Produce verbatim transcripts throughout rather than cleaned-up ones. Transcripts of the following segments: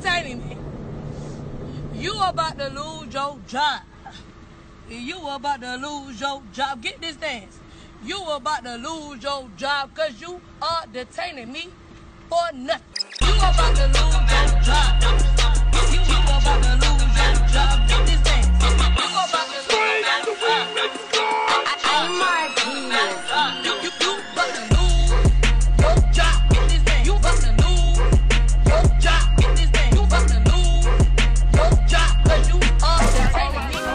entertaining me. You about to lose your job. You about to lose your job. Get this dance. You about to lose your job because you are detaining me for nothing. You about to lose your job. You, you about to lose your job. Get this dance. You about to lose your job. I'm my genius. You, you, you about to lose your job. Get this dance. You about to lose your job. Get this dance. You about to lose your job because you are detaining me.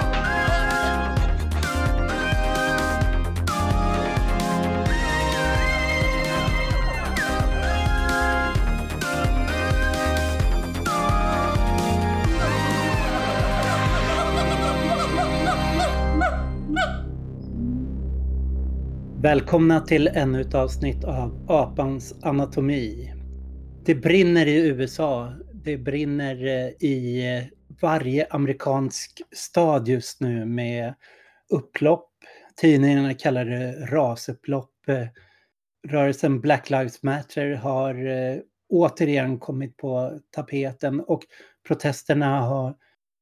Välkomna till ännu ett avsnitt av Apans anatomi. Det brinner i U S A. Det brinner i varje amerikansk stad just nu med upplopp. Tidningarna kallar det rasupplopp. Rörelsen Black Lives Matter har återigen kommit på tapeten och protesterna har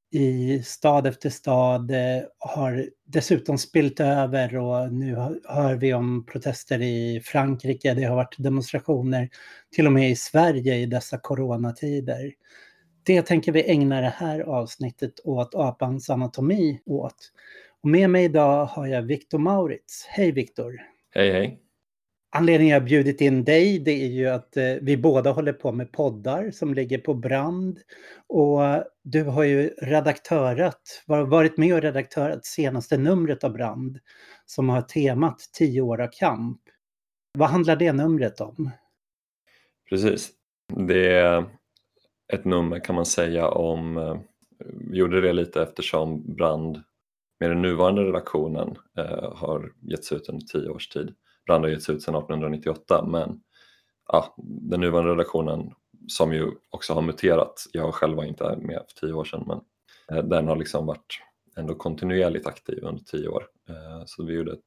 i stad efter stad har dessutom spilt över och nu hör vi om protester i Frankrike. Det har varit demonstrationer till och med i Sverige i dessa coronatider. Det tänker vi ägna det här avsnittet åt Apans anatomi åt. Och med mig idag har jag Victor Maurits. Hej Victor. Hej hej. Anledningen jag har bjudit in dig, det är ju att eh, vi båda håller på med poddar som ligger på Brand. Och du har ju redaktörat, varit med och redaktörat senaste numret av Brand som har temat tio år av kamp. Vad handlar det numret om? Precis. Det är ett nummer kan man säga om, vi gjorde det lite eftersom Brand med den nuvarande redaktionen eh, har getts ut under tio års tid. Brand har getts ut sedan arton nittioåtta, men ja, den nuvarande redaktionen som ju också har muterat, jag själv var inte med för tio år sedan, men eh, den har liksom varit ändå kontinuerligt aktiv under tio år. Eh, så vi gjorde ett,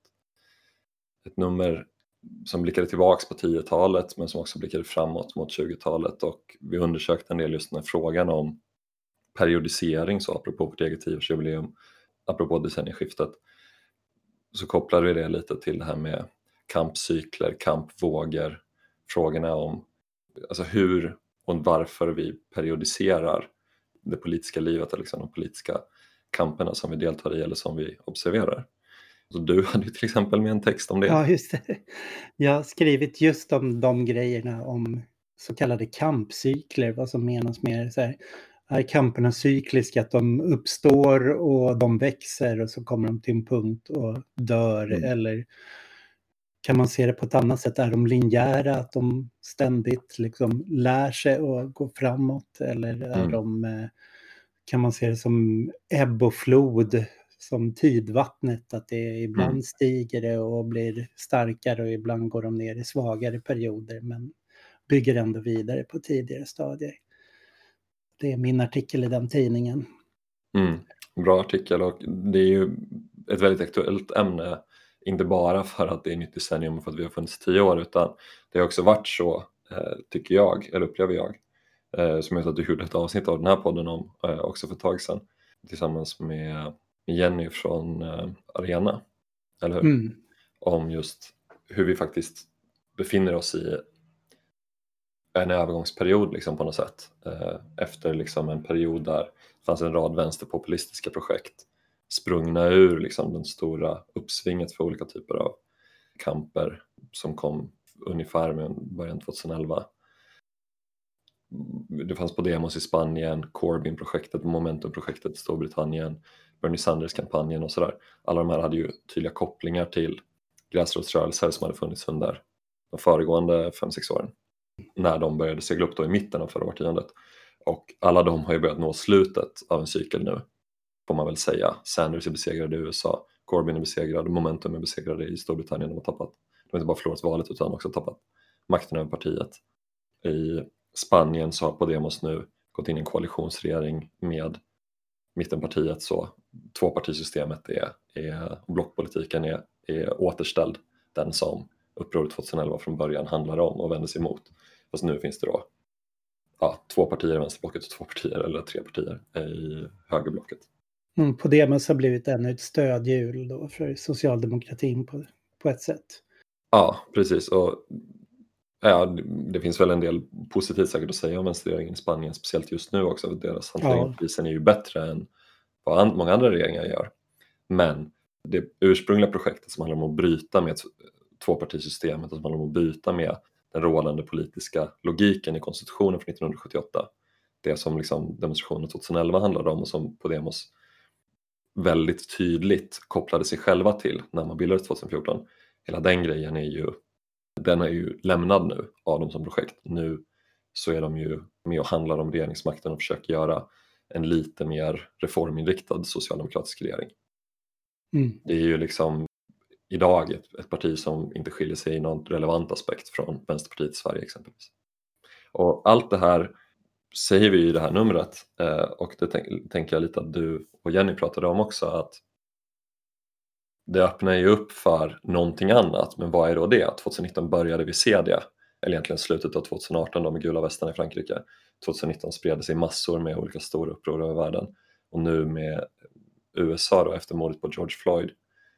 ett nummer som blickade tillbaks på tiotalet men som också blickade framåt mot tjugotalet, och vi undersökte en del just den här frågan om periodisering, så apropå vårt eget tioårsjubileum, apropå decennieskiftet, så kopplade vi det lite till det här med kampcykler, kampvågor, frågorna om alltså hur och varför vi periodiserar det politiska livet, eller liksom de politiska kamperna som vi deltar i eller som vi observerar. Så du hade ju till exempel med en text om det. Ja, just det. Jag har skrivit just om de grejerna, om så kallade kampcykler, vad som menas med så här. Är kamperna cykliska, att de uppstår och de växer och så kommer de till en punkt och dör, mm. Eller kan man se det på ett annat sätt? Är de linjära, att de ständigt liksom lär sig och går framåt, eller är mm. de, kan man se det som ebb och flod, som tidvattnet, att det ibland mm. stiger det och blir starkare och ibland går de ner i svagare perioder men bygger ändå vidare på tidigare stadier. Det är min artikel i den tidningen. Mm, bra artikel, och det är ju ett väldigt aktuellt ämne, inte bara för att det är nytt decennium och för att vi har funnits tio år, utan det har också varit så, eh, tycker jag, eller upplever jag, eh, som jag vet att du gjorde ett avsnitt av den här podden om eh, också för ett tag sedan, tillsammans med Jenny från eh, Arena, eller hur? Mm. Om just hur vi faktiskt befinner oss i en övergångsperiod liksom på något sätt, eh, efter liksom en period där det fanns en rad vänsterpopulistiska projekt sprungna ur liksom den stora uppsvinget för olika typer av kamper som kom ungefär med början tjugoelva. Det fanns Podemos i Spanien, Corbyn-projektet, Momentum-projektet i Storbritannien, Bernie Sanders-kampanjen och sådär. Alla de här hade ju tydliga kopplingar till gräsrotsrörelser som hade funnits under de föregående fem sex åren, när de började segla upp då i mitten av förra årtiondet. Och alla de har ju börjat nå slutet av en cykel nu, får man väl säga. Sanders är besegrad i U S A, Corbyn är besegrad, Momentum är besegrade i Storbritannien. De har tappat, de har inte bara förlorat valet utan också tappat makten över partiet. I Spanien så har Podemos nu gått in i en koalitionsregering med mittenpartiet, så tvåpartisystemet är, är blockpolitiken är, är återställd, den som upproret tjugoelva från början handlar om och vänder sig emot. Fast nu finns det då ja, två partier i vänsterblocket och två partier eller tre partier i högerblocket. Mm, Podemos har blivit ännu ett stödhjul då för socialdemokratin på, på ett sätt. Ja, precis. Och ja, det finns väl en del positivt säkert att säga om vänsterregeringen i Spanien, speciellt just nu också. Deras hantering av krisen är ju bättre än vad an- många andra regeringar gör. Men det ursprungliga projektet som handlar om att bryta med tvåpartisystemet, som handlar om att bryta med den rådande politiska logiken i konstitutionen från nittonhundrasjuttioåtta, det som liksom demonstrationen tjugoelva handlade om och som Podemos väldigt tydligt kopplade sig själva till när man bildades tjugohundrafjorton. Hela den grejen är ju, den är ju lämnad nu av dem som projekt. Nu så är de ju med och handlar om regeringsmakten och försöker göra en lite mer reforminriktad socialdemokratisk regering. Mm. Det är ju liksom idag ett, ett parti som inte skiljer sig i någon relevant aspekt från Vänsterpartiet i Sverige exempelvis. Och allt det här säger vi i det här numret, eh, och det tänk, tänker jag lite att du och Jenny pratade om också, att det öppnar ju upp för någonting annat. Men vad är då det? tjugonitton började vi se det, eller egentligen slutet av tjugoarton då med gula västarna i Frankrike. tjugonitton spred det sig massor med olika stora uppror över världen, och nu med U S A då, efter mordet på George Floyd,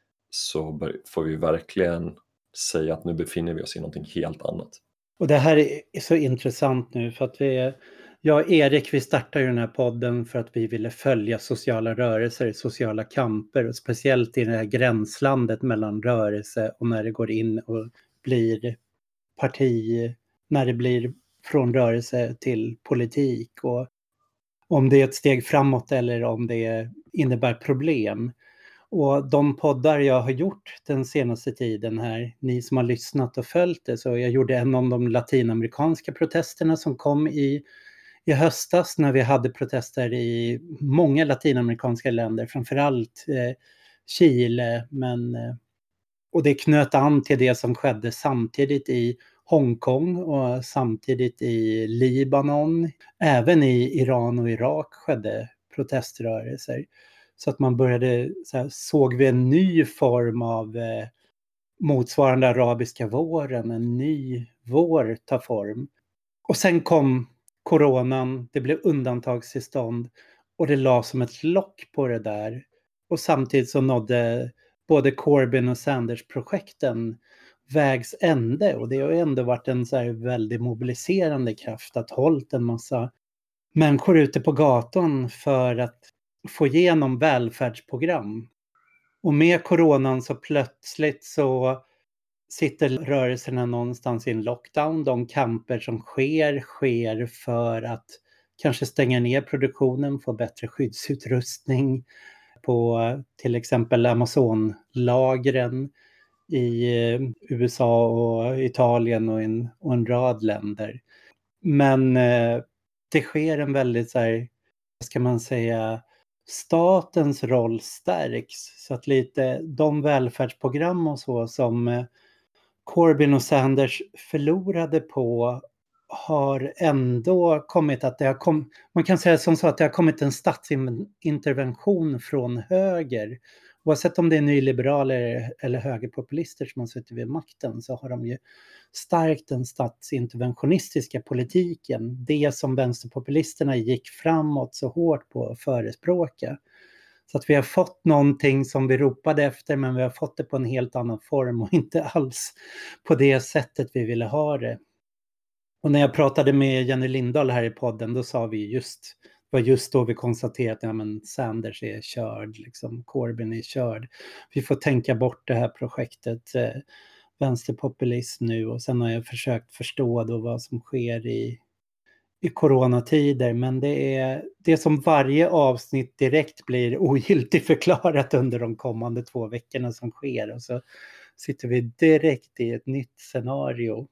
så bör, får vi verkligen säga att nu befinner vi oss i någonting helt annat. Och det här är så intressant nu för att vi, jag och Erik, vi startade ju den här podden för att vi ville följa sociala rörelser, sociala kamper, och speciellt i det här gränslandet mellan rörelse och när det går in och blir parti, när det blir från rörelse till politik, och om det är ett steg framåt eller om det innebär problem. Och de poddar jag har gjort den senaste tiden här, ni som har lyssnat och följt det, så jag gjorde en om de latinamerikanska protesterna som kom i, i höstas när vi hade protester i många latinamerikanska länder, framförallt eh, Chile, men, eh, och det knöt an till det som skedde samtidigt i Hongkong och samtidigt i Libanon. Även i Iran och Irak skedde proteströrelser. Så att man började, så här, såg vi en ny form av eh, motsvarande arabiska våren, en ny vår ta form. Och sen kom coronan, det blev undantagstillstånd och det la som ett lock på det där. Och samtidigt så nådde både Corbyn och Sanders-projekten vägs ände, och det har ändå varit en så här väldigt mobiliserande kraft att hållit en massa människor ute på gatan för att få igenom välfärdsprogram. Och med coronan så plötsligt så sitter rörelserna någonstans i en lockdown. De kamper som sker, sker för att kanske stänga ner produktionen, få bättre skyddsutrustning på till exempel Amazonlagren i U S A och Italien och en, och en rad länder. Men eh, det sker en väldigt, så här, vad ska man säga, statens roll stärks. Så att lite de välfärdsprogram och så som eh, Corbyn och Sanders förlorade på har ändå kommit att det har kommit, man kan säga som så att det har kommit en statsintervention från höger. Oavsett om det är nyliberaler eller högerpopulister som har suttit vid makten, så har de ju starkt den statsinterventionistiska politiken. Det som vänsterpopulisterna gick framåt så hårt på att förespråka. Så att vi har fått någonting som vi ropade efter, men vi har fått det på en helt annan form och inte alls på det sättet vi ville ha det. Och när jag pratade med Jenny Lindahl här i podden, då sa vi just, det var just då vi konstaterade att ja, men Sanders är körd, liksom, Corbyn är körd. Vi får tänka bort det här projektet eh, vänsterpopulism nu, och sen har jag försökt förstå då vad som sker i, i coronatider, men det är det som varje avsnitt direkt blir ogiltigt förklarat under de kommande två veckorna som sker, och så sitter vi direkt i ett nytt scenario.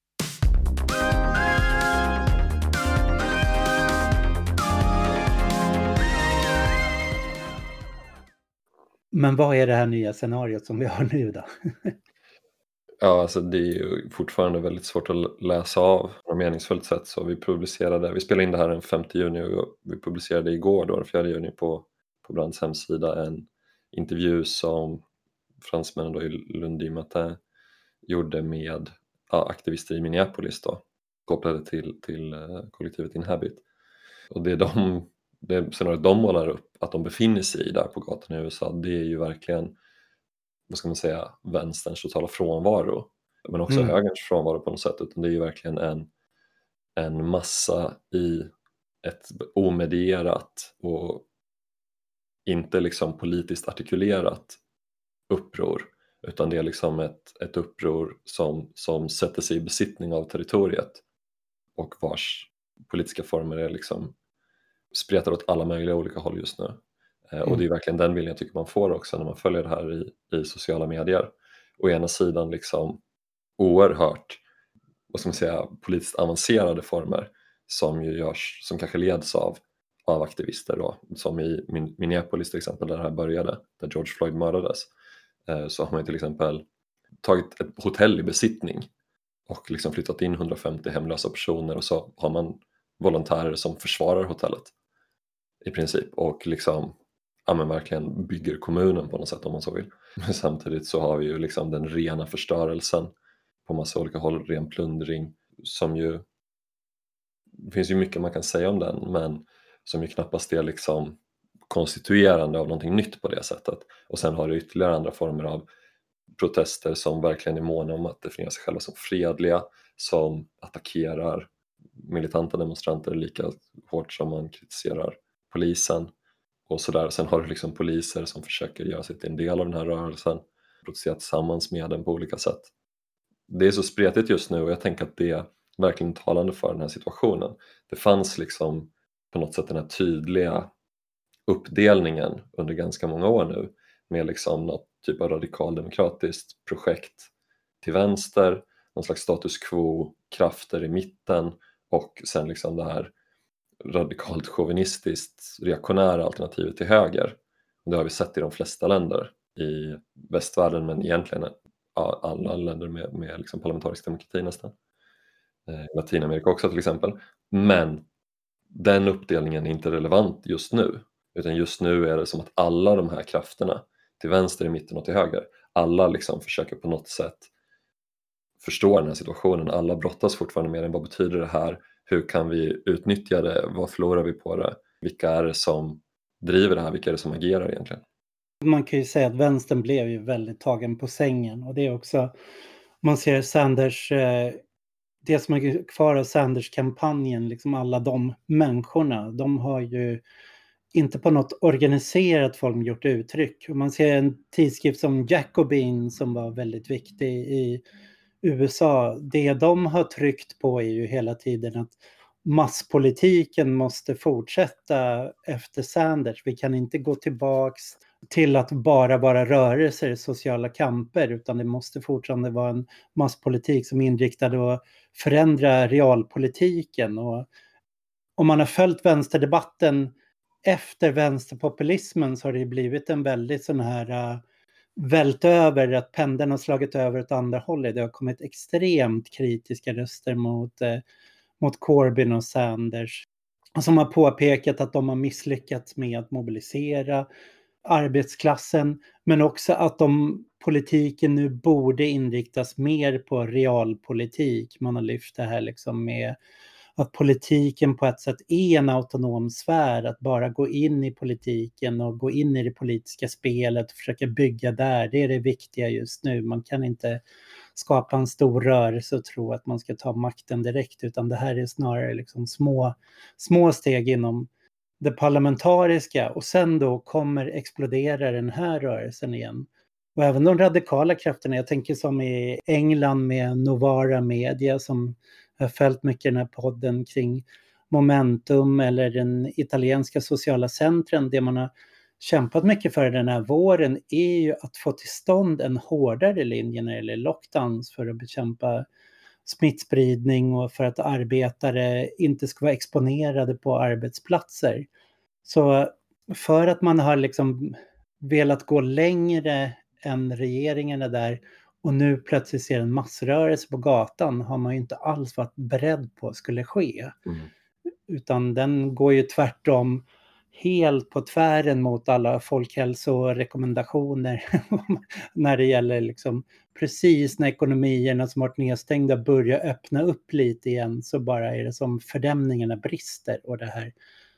Men vad är det här nya scenariot som vi har nu då? Ja, alltså det är ju fortfarande väldigt svårt att läsa av på ett meningsfullt sätt. Så vi publicerade, vi spelade in det här den femte juni och vi publicerade igår då den fjärde juni på, på Brands hemsida en intervju som fransmännen då i Lundi Matin gjorde med ja, aktivister i Minneapolis då. kopplade till, till kollektivet Inhabit. Och det de, det scenariot de målar upp att de befinner sig i där på gatan i U S A, det är ju verkligen, vad ska man säga, vänsterns totala frånvaro, men också Mm. högerns frånvaro på något sätt, utan det är ju verkligen en, en massa i ett omedierat och inte liksom politiskt artikulerat uppror, utan det är liksom ett, ett uppror som, som sätter sig i besittning av territoriet och vars politiska former är liksom spretar åt alla möjliga olika håll just nu. Mm. Och det är verkligen den viljan jag tycker man får också när man följer det här i, i sociala medier. Å ena sidan liksom oerhört, vad ska man säga, politiskt avancerade former som ju görs, som kanske leds av, av aktivister då, som i Minneapolis till exempel, där det här började, där George Floyd mördades, så har man till exempel tagit ett hotell i besittning och liksom flyttat in hundrafemtio hemlösa personer, och så har man volontärer som försvarar hotellet i princip och liksom, ja, men verkligen bygger kommunen på något sätt om man så vill. Men samtidigt så har vi ju liksom den rena förstörelsen på massa olika håll, ren plundring, som ju, det finns ju mycket man kan säga om den, men som ju knappast är liksom konstituerande av någonting nytt på det sättet. Och sen har det ytterligare andra former av protester som verkligen är måna om att definiera sig själva som fredliga, som attackerar militanta demonstranter lika hårt som man kritiserar polisen och sådär. Sen har du liksom poliser som försöker göra sig till en del av den här rörelsen, protestera tillsammans med den på olika sätt. Det är så spretigt just nu, och jag tänker att det är verkligen talande för den här situationen. Det fanns liksom på något sätt den här tydliga uppdelningen under ganska många år nu, med liksom något typ av radikaldemokratiskt projekt till vänster, någon slags status quo-krafter i mitten, och sen liksom det här radikalt chauvinistiskt reaktionära alternativet till höger. Och det har vi sett i de flesta länder i västvärlden, men egentligen alla länder med, med liksom parlamentarisk demokrati nästan. Eh, Latinamerika också till exempel. Men den uppdelningen är inte relevant just nu, utan just nu är det som att alla de här krafterna till vänster, i mitten och till höger, alla liksom försöker på något sätt förstå den här situationen. Alla brottas fortfarande med den. Vad betyder det här? Hur kan vi utnyttja det? Vad förlorar vi på det? Vilka är det som driver det här? Vilka är det som agerar egentligen? Man kan ju säga att vänstern blev ju väldigt tagen på sängen, och det är också, man ser Sanders, det som är kvar av Sanders-kampanjen, liksom alla de människorna, de har ju inte på något organiserat form gjort uttryck. Man ser en tidskrift som Jacobin som var väldigt viktig i U S A. Det de har tryckt på är ju hela tiden att masspolitiken måste fortsätta efter Sanders. Vi kan inte gå tillbaks till att bara vara rörelser, sociala kamper, utan det måste fortfarande vara en masspolitik som är inriktad att förändra realpolitiken. Och om man har följt vänsterdebatten efter vänsterpopulismen så har det blivit en väldigt sån här uh, vält över, att pendeln har slagit över åt andra hållet. Det har kommit extremt kritiska röster mot, uh, mot Corbyn och Sanders, som har påpekat att de har misslyckats med att mobilisera arbetsklassen, men också att de, politiken nu borde inriktas mer på realpolitik. Man har lyft det här liksom med att politiken på ett sätt är en autonom sfär, att bara gå in i politiken och gå in i det politiska spelet och försöka bygga där, det är det viktiga just nu. Man kan inte skapa en stor rörelse och tro att man ska ta makten direkt, utan det här är snarare liksom små, små steg inom det parlamentariska, och sen då kommer explodera den här rörelsen igen. Och även de radikala krafterna, jag tänker som i England med Novara Media som har följt mycket den här podden kring Momentum, eller den italienska sociala centren. Det man har kämpat mycket för den här våren är ju att få till stånd en hårdare linje när det gäller lockdowns för att bekämpa smittspridning och för att arbetare inte ska vara exponerade på arbetsplatser. Så för att man har liksom velat gå längre än regeringarna där, och nu plötsligt ser en massrörelse på gatan, har man ju inte alls varit beredd på att skulle ske. Mm. Utan den går ju tvärtom helt på tvären mot alla folkhälsorekommendationer när det gäller liksom precis när ekonomierna som varit nedstängda börjar öppna upp lite igen, så bara är det som fördämningarna brister och det här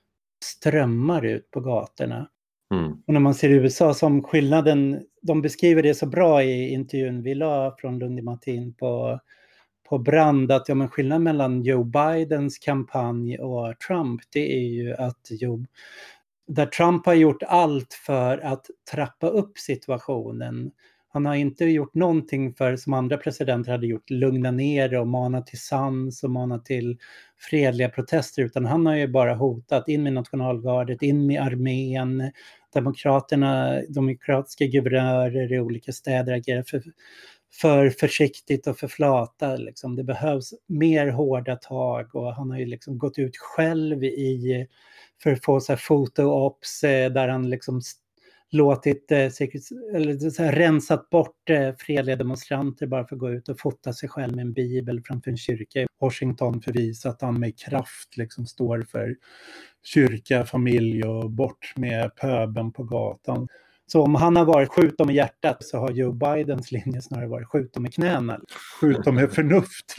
strömmar ut på gatorna. Mm. Och när man ser U S A som skillnaden, de beskriver det så bra i intervjun vi la från Lundin Martin på, på Brand, att ja, men skillnaden mellan Joe Bidens kampanj och Trump, det är ju att Joe, där Trump har gjort allt för att trappa upp situationen. Han har inte gjort någonting för, som andra presidenter hade gjort, lugna ner och mana till sans och mana till fredliga protester, utan han har ju bara hotat in med nationalgardet, in med armén. Demokraterna, demokratiska guvernörer i olika städer agerar för, för försiktigt och för flata. Liksom. Det behövs mer hårda tag, och han har ju liksom gått ut själv i, för att få så här foto-ops där han liksom låtit eh, säkert, eller så här, rensat bort eh, fredliga demonstranter bara för att gå ut och fota sig själv med en bibel framför en kyrka i Washington, för att visa att han med kraft liksom står för kyrka, familj och bort med pöben på gatan. Så om han har varit skjut dem i hjärtat, så har Joe Bidens linje snarare varit skjut dem i knäna, skjut dem med förnuft.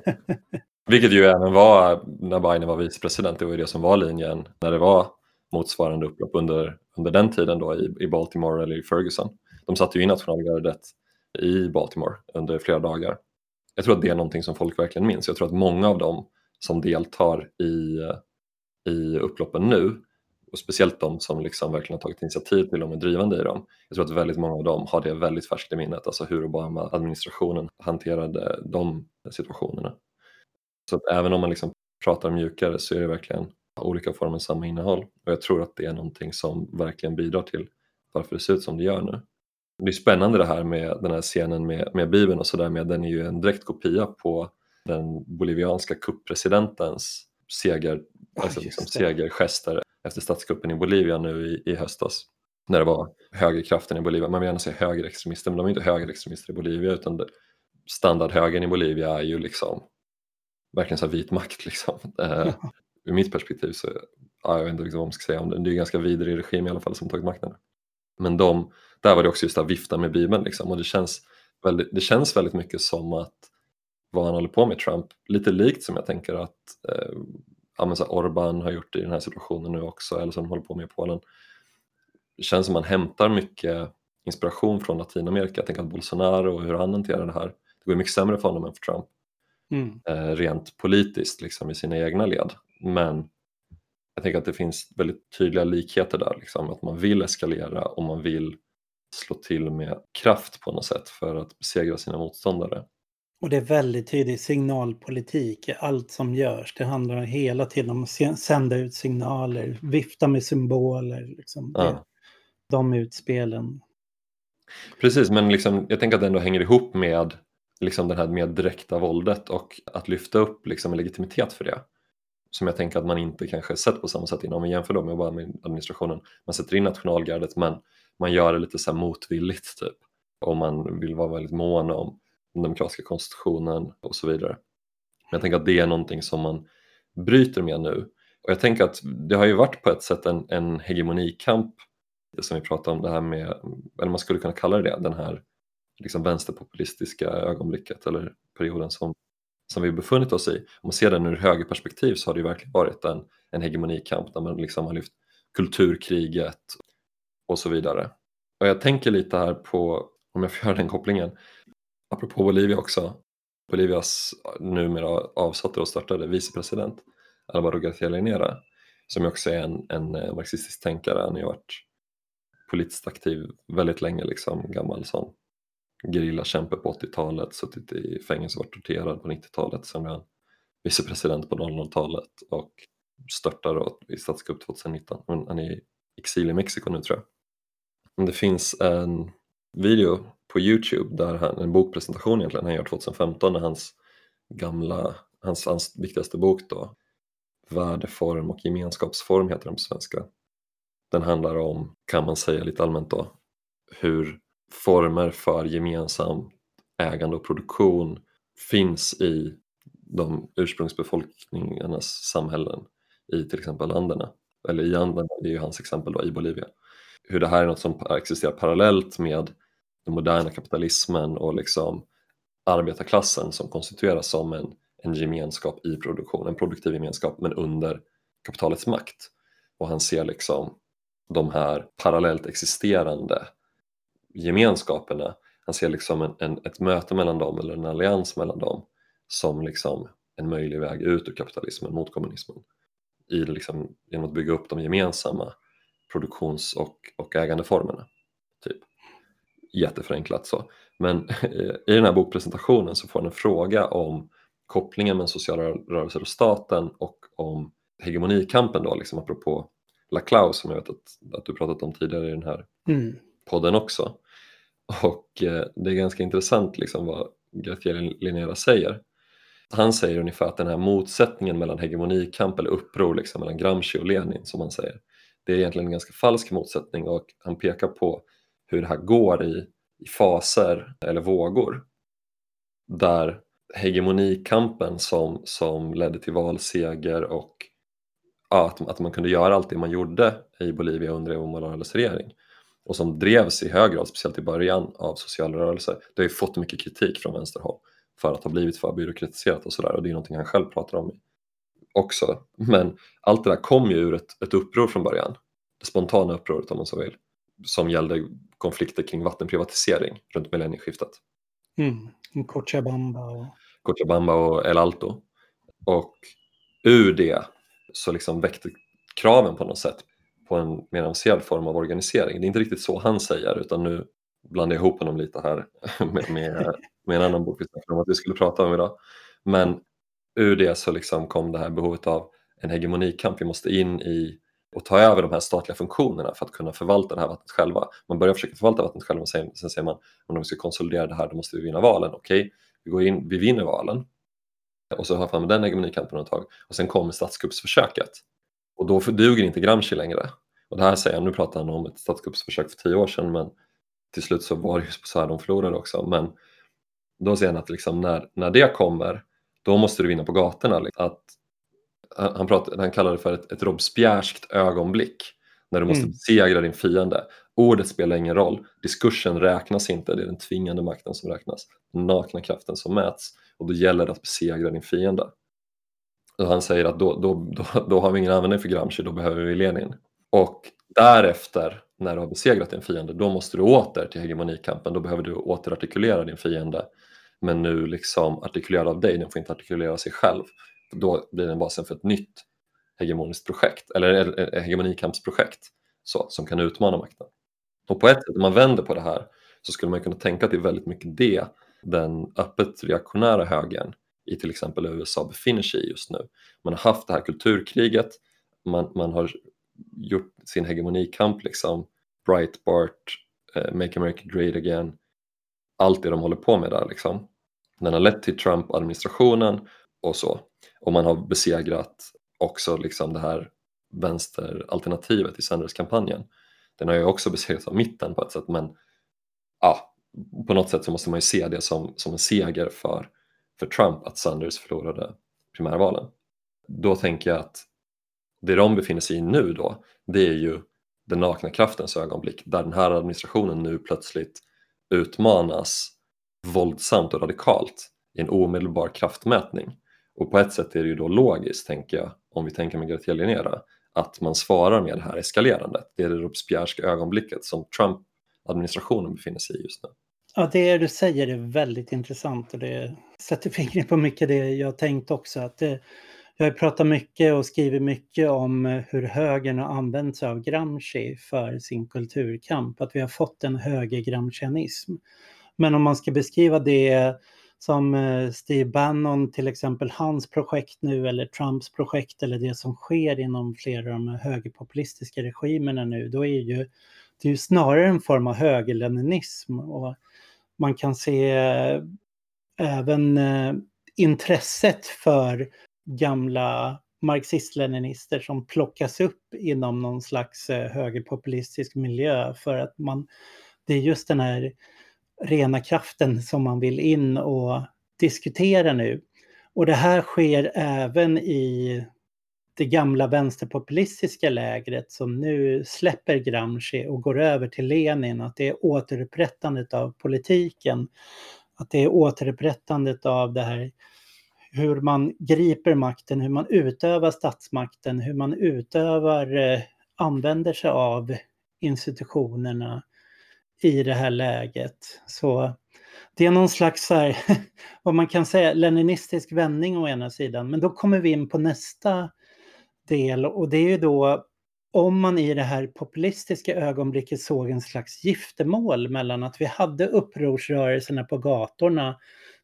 Vilket ju även var när Biden var vicepresident. Det var ju det som var linjen när det var motsvarande upplopp under, under den tiden då i, i Baltimore eller i Ferguson. De satte ju in nationalgardet i Baltimore under flera dagar. Jag tror att det är någonting som folk verkligen minns. Jag tror att många av dem som deltar i, i upploppen nu, och speciellt de som liksom verkligen har tagit initiativ till dem och drivande i dem, jag tror att väldigt många av dem har det väldigt färskt i minnet, alltså hur Obama-administrationen hanterade de situationerna. Så att även om man liksom pratar mjukare, så är det verkligen olika former samma innehåll. Och jag tror att det är någonting som verkligen bidrar till varför det ser ut som det gör nu. Det är spännande det här med den här scenen med, med Bibeln och sådär, med den är ju en direkt kopia på den bolivianska kupppresidentens seger, oh, alltså liksom segergester efter statskuppen i Bolivia nu i, i höstas. När det var högerkraften i Bolivia. Man vill gärna säga högerextremister, men de är inte högerextremister i Bolivia, utan det, standardhögern i Bolivia är ju liksom verkligen så här vit makt liksom. Eh, ur mitt perspektiv så, ja, jag vet inte liksom vad man ska säga om det. Det är ju ganska vidrig regim i alla fall som tagit makten. Men de, där var det också just att vifta med Bibeln liksom. Och det känns, väldigt, det känns väldigt mycket som att vad han håller på med Trump, lite likt som jag tänker att eh, ja, men så här Orbán har gjort i den här situationen nu också, eller som de håller på med i Polen. Det känns som att man hämtar mycket inspiration från Latinamerika. Jag tänker att Bolsonaro och hur han hanterar det här, det går mycket sämre för honom än för Trump. Mm. Eh, rent politiskt liksom, i sina egna led. Men jag tänker att det finns väldigt tydliga likheter där liksom, att man vill eskalera och man vill slå till med kraft på något sätt för att besegra sina motståndare. Och det är väldigt tydlig signalpolitik i allt som görs. Det handlar hela tiden om att sända ut signaler, vifta med symboler liksom. Ja. Det, de utspelen. Precis, men liksom, jag tänker att det ändå hänger ihop med liksom det här mer direkta våldet och att lyfta upp liksom en legitimitet för det. Som jag tänker att man inte kanske sett på samma sätt innan. Om man jämför då med Obama-administrationen. Man sätter in nationalgardet, men man gör det lite så här motvilligt typ. Och man vill vara väldigt mån om den demokratiska konstitutionen och så vidare. Men jag tänker att det är någonting som man bryter med nu. Och jag tänker att det har ju varit på ett sätt en, en hegemonikamp, det som vi pratade om, det här med, eller man skulle kunna kalla det den här liksom vänsterpopulistiska ögonblicket eller perioden som, som vi befunnit oss i. Om man ser den ur högerperspektiv så har det ju verkligen varit en, en hegemonikamp där man liksom har lyft kulturkriget och så vidare. Och jag tänker lite här på, om jag får göra den kopplingen, apropå Bolivia också, Bolivias numera avsatte och startade vicepresident Álvaro García Linera, som också är en, en marxistisk tänkare. Han har varit politiskt aktiv väldigt länge, liksom gammal sån gerillakämpe på åttiotalet, suttit i fängelse och varit torterad på nittiotalet, som var vicepresident på noll noll-talet och störtade i statskupp tjugonitton. Men han är i exil i Mexiko nu, tror jag. Men det finns en video på YouTube där han, en bokpresentation egentligen, han gör tjugohundrafemton när hans gamla, hans, hans viktigaste bok då, Värdeform och gemenskapsform heter den på svenska. Den handlar om, kan man säga lite allmänt då, hur former för gemensam ägande och produktion finns i de ursprungsbefolkningarnas samhällen i till exempel länderna. eller i andra, det är ju hans exempel då, i Bolivia. Hur det här är något som existerar parallellt med den moderna kapitalismen och liksom arbetarklassen som konstitueras som en, en gemenskap i produktion, en produktiv gemenskap men under kapitalets makt. Och han ser liksom de här parallellt existerande gemenskaperna, han ser liksom en, en, ett möte mellan dem eller en allians mellan dem som liksom en möjlig väg ut ur kapitalismen mot kommunismen i liksom, genom att bygga upp de gemensamma produktions- och, och ägandeformerna typ. Jätteförenklat så. Men i den här bokpresentationen så får han en fråga om kopplingen mellan sociala rörelser och staten och om hegemonikampen då, liksom apropå Laclau som jag vet att, att du pratat om tidigare i den här Mm. podden också. Och eh, det är ganska intressant liksom vad Graziella Linera säger. Han säger ungefär att den här motsättningen mellan hegemonikamp eller uppror liksom, mellan Gramsci och Lenin som han säger, det är egentligen en ganska falsk motsättning, och han pekar på hur det här går i, i faser eller vågor där hegemonikampen som, som ledde till valseger och ja, att, att man kunde göra allt det man gjorde i Bolivia under Evo Morales regering och som drevs i hög grad, speciellt i början, av sociala rörelser. Det har ju fått mycket kritik från vänsterhåll för att ha blivit för byråkratiserat och sådär, och det är någonting han själv pratar om också. Men allt det där kom ju ur ett, ett uppror från början, det spontana upproret om man så vill, som gällde konflikter kring vattenprivatisering runt millennieskiftet. Mm. Cochabamba och... Cochabamba och El Alto. Och ur det så liksom väckte kraven på något sätt på en mer avancerad form av organisering. Det är inte riktigt så han säger, utan nu blandar jag ihop honom lite här med, med, med en annan bok om att vi skulle prata om idag. Men ur det så liksom kom det här behovet av en hegemonikamp. Vi måste in i och ta över de här statliga funktionerna för att kunna förvalta det här vattnet själva. Man börjar försöka förvalta vattnet själva och sen, sen säger man om vi ska konsolidera det här, då måste vi vinna valen. Okej, vi går in, vi vinner valen. Och så har man den hegemonikampen ett tag. Och sen kommer statskuppsförsöket. Och då duger inte Gramsci längre. Och det här säger han, nu pratar han om ett statskuppsförsök för tio år sedan, men till slut så var det ju så här de förlorade också. Men då säger han att liksom när, när det kommer, då måste du vinna på gatorna. Att, han, pratar, han kallar det för ett, ett robespierreskt ögonblick. När du måste Mm. besegra din fiende. Ordet spelar ingen roll. Diskursen räknas inte. Det är den tvingande makten som räknas. Den nakna kraften som mäts. Och då gäller det att besegra din fiende. Och han säger att då, då, då, då har vi ingen användning för Gramsci. Då behöver vi Lenin. Och därefter, när du har besegrat din fiende, då måste du åter till hegemonikampen. Då behöver du återartikulera din fiende. Men nu liksom artikulerad av dig. Den får inte artikulera sig själv. Då blir den basen för ett nytt hegemoniskt projekt. Eller ett hegemonikampsprojekt. Så, som kan utmana makten. Och på ett sätt, om man vänder på det här, så skulle man kunna tänka att det är väldigt mycket det den öppet reaktionära högern i till exempel U S A befinner sig i just nu. Man har haft det här kulturkriget, man, man har gjort sin hegemonikamp, liksom Breitbart, eh, Make America Great Again, allt det de håller på med där liksom. Den har lett till Trump-administrationen och så. Och man har besegrat också liksom det här vänsteralternativet i Sanders-kampanjen. Den har ju också besegrats av mitten på ett sätt, men ja, på något sätt så måste man ju se det som, som en seger för, för Trump att Sanders förlorade primärvalen. Då tänker jag att det de befinner sig i nu då, det är ju den nakna kraftens ögonblick, där den här administrationen nu plötsligt utmanas våldsamt och radikalt i en omedelbar kraftmätning. Och på ett sätt är det ju då logiskt, tänker jag, om vi tänker med Graziella Linera, att man svarar med det här eskalerandet. Det är det robespierreska ögonblicket som Trump-administrationen befinner sig i just nu. Ja, det du säger är väldigt intressant, och det sätter fingret på mycket det jag tänkt också. Att det, jag har pratat mycket och skrivit mycket om hur högern har använt sig av Gramsci för sin kulturkamp. Att vi har fått en högergramscianism. Men om man ska beskriva det som Steve Bannon, till exempel hans projekt nu, eller Trumps projekt, eller det som sker inom flera av de högerpopulistiska regimerna nu, då är ju det är ju snarare en form av högerleninism. Och man kan se även eh, intresset för gamla marxist-leninister som plockas upp inom någon slags eh, högerpopulistisk miljö, för att man, det är just den här rena kraften som man vill in och diskutera nu. Och det här sker även i det gamla vänsterpopulistiska lägret som nu släpper Gramsci och går över till Lenin, att det är återupprättandet av politiken, att det är återupprättandet av det här hur man griper makten, hur man utövar statsmakten, hur man utövar, eh, använder sig av institutionerna i det här läget. Så det är någon slags så här, vad man kan säga, leninistisk vändning å ena sidan. Men då kommer vi in på nästa del, och det är ju då om man i det här populistiska ögonblicket såg en slags giftermål mellan att vi hade upprorsrörelserna på gatorna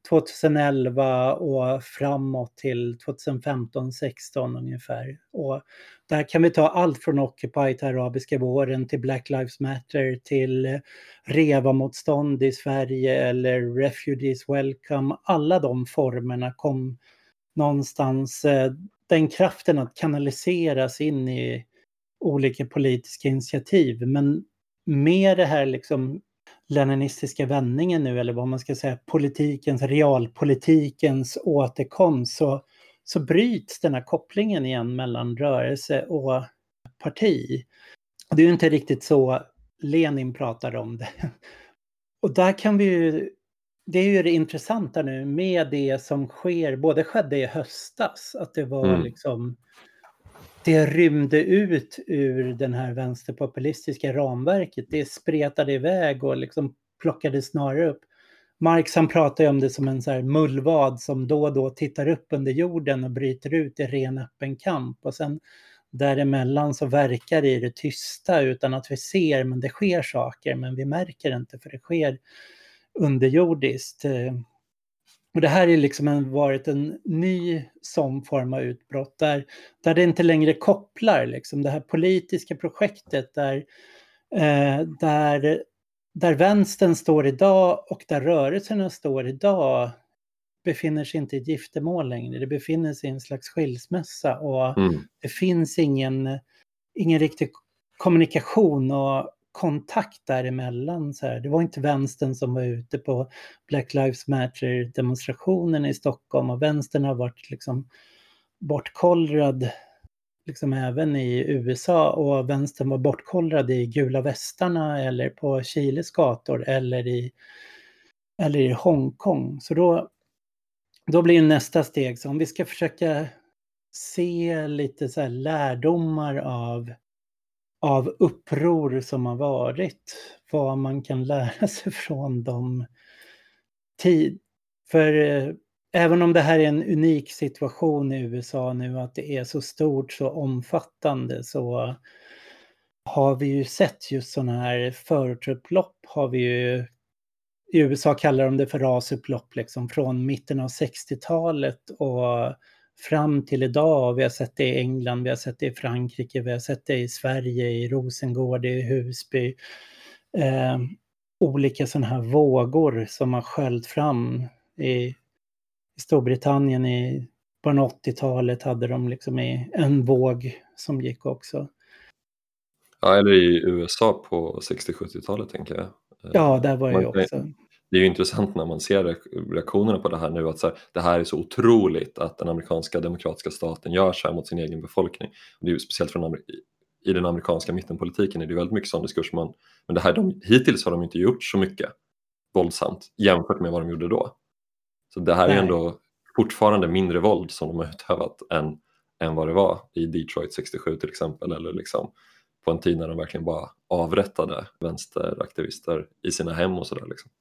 tjugoelva och framåt till tjugohundrafemton sexton ungefär. Och där kan vi ta allt från Occupy till arabiska våren till Black Lives Matter till Reva-motstånd i Sverige eller Refugees Welcome. Alla de formerna kom någonstans, den kraften att kanaliseras in i olika politiska initiativ. Men med det här liksom leninistiska vändningen nu, eller vad man ska säga, politikens, realpolitikens återkomst, så, så bryts den här kopplingen igen mellan rörelse och parti. Det är ju inte riktigt så Lenin pratar om det. Och där kan vi ju, det är ju det intressanta nu med det som sker, både skedde i höstas, att det var mm. liksom, det rymde ut ur den här vänsterpopulistiska ramverket. Det spretade iväg och liksom plockade snarare upp. Marx, han pratar ju om det som en så här mullvad som då och då tittar upp under jorden och bryter ut i ren öppen kamp. Och sen däremellan så verkar det i det tysta utan att vi ser, men det sker saker, men vi märker inte för det sker underjordiskt. Och det här är liksom en, varit en ny sån form av utbrott där, där det inte längre kopplar liksom det här politiska projektet där, eh, där, där vänstern står idag och där rörelserna står idag befinner sig inte i ett giftermål längre. Det befinner sig i en slags skilsmässa och mm. det finns ingen, ingen riktig kommunikation och kontakt däremellan. Så här. Det var inte vänstern som var ute på Black Lives Matter-demonstrationen i Stockholm, och vänstern har varit liksom bortkollrad liksom även i U S A, och vänstern var bortkollrad i gula västarna eller på Chiles gator eller i, eller i Hongkong. Så då, då blir nästa steg, så om vi ska försöka se lite så här lärdomar av av uppror som har varit, vad man kan lära sig från dem tid. För eh, även om det här är en unik situation i U S A nu, att det är så stort, så omfattande, så har vi ju sett just sådana här förortsupplopp, har vi ju, i U S A kallar de det för rasupplopp, liksom från mitten av sextiotalet och fram till idag. Vi har sett det i England, vi har sett det i Frankrike, vi har sett det i Sverige, i Rosengård, i Husby. Eh, olika sådana här vågor som har sköllt fram i, i Storbritannien i början av åttiotalet hade de liksom i en våg som gick också. Ja, eller i U S A på sextio-sjuttiotalet tänker jag. Ja, där var jag också. Det är ju intressant när man ser reaktionerna på det här nu, att så här, det här är så otroligt att den amerikanska demokratiska staten gör så här mot sin egen befolkning. Och det är ju speciellt från i den amerikanska mittenpolitiken är det väldigt mycket sån diskurs, man, men det här, de, hittills har de inte gjort så mycket våldsamt jämfört med vad de gjorde då. Så det här Nej. är ändå fortfarande mindre våld som de har utövat än, än vad det var i Detroit sextiosju till exempel, eller liksom på en tid när de verkligen bara avrättade vänsteraktivister i sina hem och sådär liksom.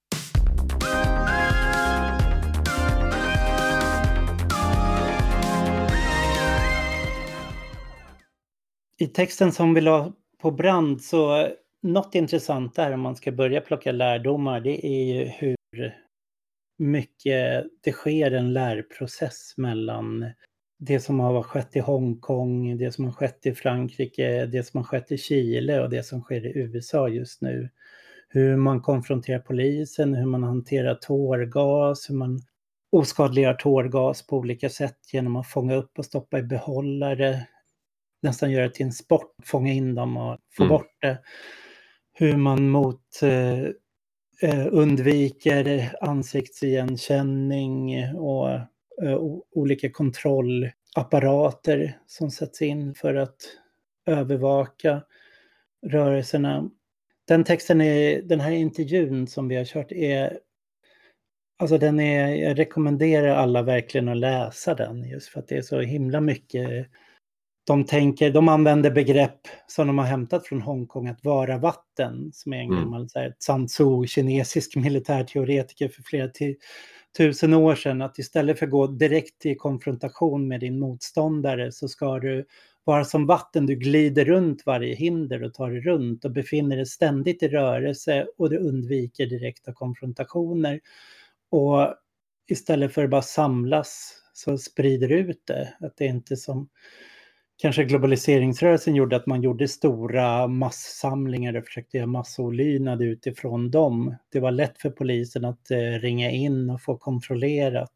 I texten som vi la på brand, så något intressant där om man ska börja plocka lärdomar, det är ju hur mycket det sker en lärprocess mellan det som har skett i Hongkong, det som har skett i Frankrike, det som har skett i Chile och det som sker i U S A just nu. Hur man konfronterar polisen, hur man hanterar tårgas, hur man oskadliggör tårgas på olika sätt genom att fånga upp och stoppa i behållare, nästan göra det till en sport, fånga in dem och få mm. bort det. Hur man mot eh, undviker ansiktsigenkänning och eh, olika kontroll, apparater som sätts in för att övervaka rörelserna. Den texten är, den här intervjun som vi har kört är, alltså den är, jag rekommenderar alla verkligen att läsa den just för att det är så himla mycket. De tänker, de använder begrepp som de har hämtat från Hongkong, att vara vatten, som är en Mm. gammal så här, Sun Tzu, kinesisk militärteoretiker för flera t- tusen år sedan, att istället för att gå direkt i konfrontation med din motståndare så ska du vara som vatten, du glider runt varje hinder och tar dig runt och befinner dig ständigt i rörelse och du undviker direkta konfrontationer. Och istället för att bara samlas så sprider ut det, att det är inte som kanske globaliseringsrörelsen gjorde, att man gjorde stora masssamlingar och försökte göra massolydnad utifrån dem. Det var lätt för polisen att eh, ringa in och få kontrollerat.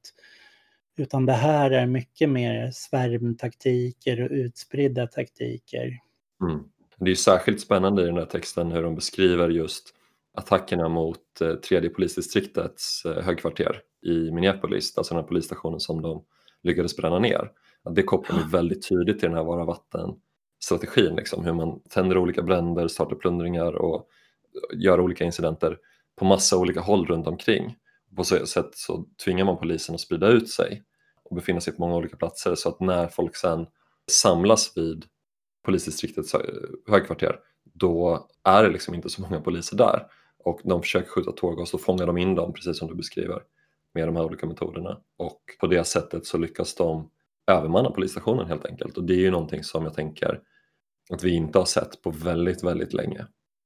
Utan det här är mycket mer svärmtaktiker och utspridda taktiker. Mm. Det är ju särskilt spännande i den här texten hur de beskriver just attackerna mot eh, tredje polisdistriktets eh, högkvarter i Minneapolis, alltså den här polisstationen som de lyckades bränna ner. Att det kopplar ju väldigt tydligt till den här vara vatten-strategin, liksom, hur man tänder olika bränder, startar plundringar och gör olika incidenter på massa olika håll runt omkring. På så sätt så tvingar man polisen att sprida ut sig och befinna sig på många olika platser, så att när folk sen samlas vid polisdistriktets högkvarter, då är det liksom inte så många poliser där, och de försöker skjuta tårgas och fångar de in dem, precis som du beskriver, med de här olika metoderna, och på det sättet så lyckas de övermanna polisstationen helt enkelt. Och det är ju någonting som jag tänker att vi inte har sett på väldigt, väldigt länge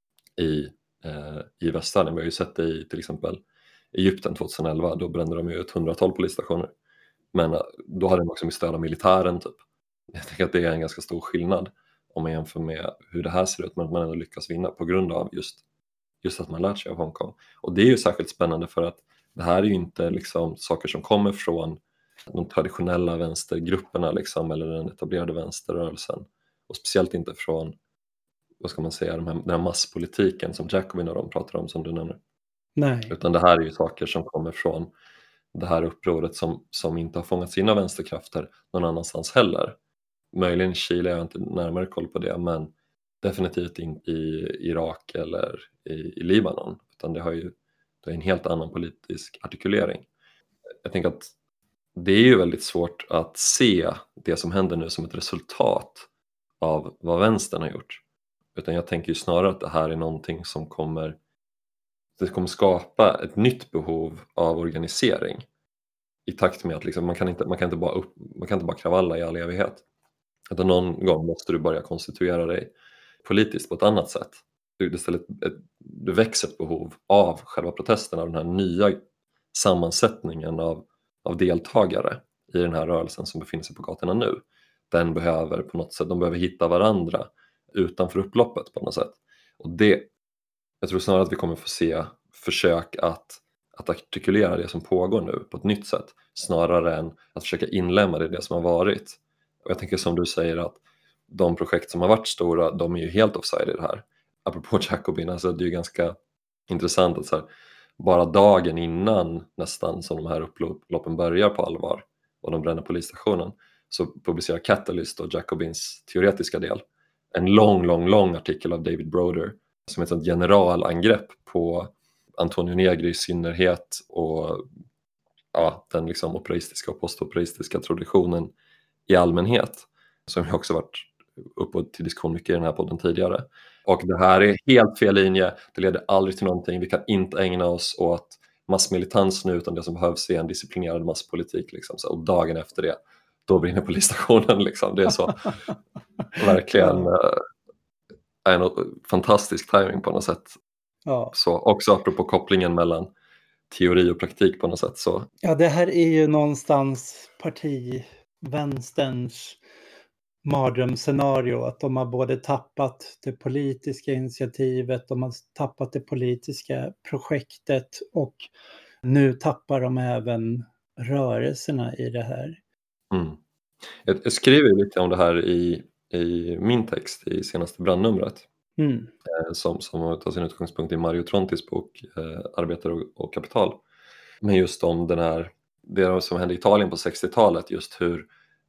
i, eh, i västvärlden. Vi har ju sett det i till exempel Egypten tjugoelva, då brände de ju ett hundratal polisstationer, men då hade de också med stöd av militären typ. Jag tänker att det är en ganska stor skillnad om man jämför med hur det här ser ut, men att man ändå lyckas vinna på grund av just, just att man lärt sig av Hongkong. Och det är ju särskilt spännande för att det här är ju inte liksom saker som kommer från de traditionella vänstergrupperna liksom, eller den etablerade vänsterrörelsen, och speciellt inte från, vad ska man säga, de här, den här masspolitiken som Jacobin och de pratar om, som du nämner. Nej. Utan det här är ju saker som kommer från det här upproret som, som inte har fångats in av vänsterkrafter någon annanstans heller. Möjligen i Chile, jag har inte närmare koll på det, men definitivt inte i Irak eller i, i Libanon, utan det har ju det är en helt annan politisk artikulering. Jag tänker att det är ju väldigt svårt att se det som händer nu som ett resultat av vad vänstern har gjort, utan jag tänker ju snarare att det här är någonting som kommer det kommer skapa ett nytt behov av organisering i takt med att liksom, man, kan inte, man, kan inte bara upp, man kan inte bara kravalla i all evighet. Utan någon gång måste du börja konstituera dig politiskt på ett annat sätt. Du, istället, ett, du växer ett behov av själva protesten, av den här nya sammansättningen av, av deltagare i den här rörelsen som befinner sig på gatorna nu. Den behöver på något sätt, de behöver hitta varandra utanför upploppet på något sätt. Och det, jag tror snarare att vi kommer få se försök att, att artikulera det som pågår nu på ett nytt sätt, snarare än att försöka inlämna det i det som har varit. Och jag tänker som du säger att de projekt som har varit stora, de är ju helt offside i det här. Apropå Jacobin, alltså det är ju ganska intressant att så här, bara dagen innan nästan som de här upploppen börjar på allvar och de bränner polisstationen, så publicerar Catalyst och Jacobins teoretiska del en lång, lång, lång artikel av David Broder som är ett generalangrepp på Antonio Negri i synnerhet och ja, den liksom operaistiska och postoperaistiska traditionen i allmänhet, som jag också varit uppe till diskussion mycket i den här podden tidigare. Och det här är helt fel linje, det leder aldrig till någonting, vi kan inte ägna oss åt massmilitans nu, utan det som behövs är en disciplinerad masspolitik liksom. Så, och dagen efter det, då brinner polisstationen liksom. Det är så verkligen äh, en fantastisk timing på något sätt. Ja. Så också apropå kopplingen mellan teori och praktik på något sätt. Så. Ja, det här är ju någonstans partivänsterns mardrömsscenario, att de har både tappat det politiska initiativet, de har tappat det politiska projektet och nu tappar de även rörelserna i det här. Mm. Jag, jag skriver ju lite om det här i, i min text i senaste brandnumret. Mm. Eh, som, som tar sin utgångspunkt i Mario Trontis bok eh, Arbetare och, och kapital. Men just om den här, det som hände i Italien på sextiotalet, just hur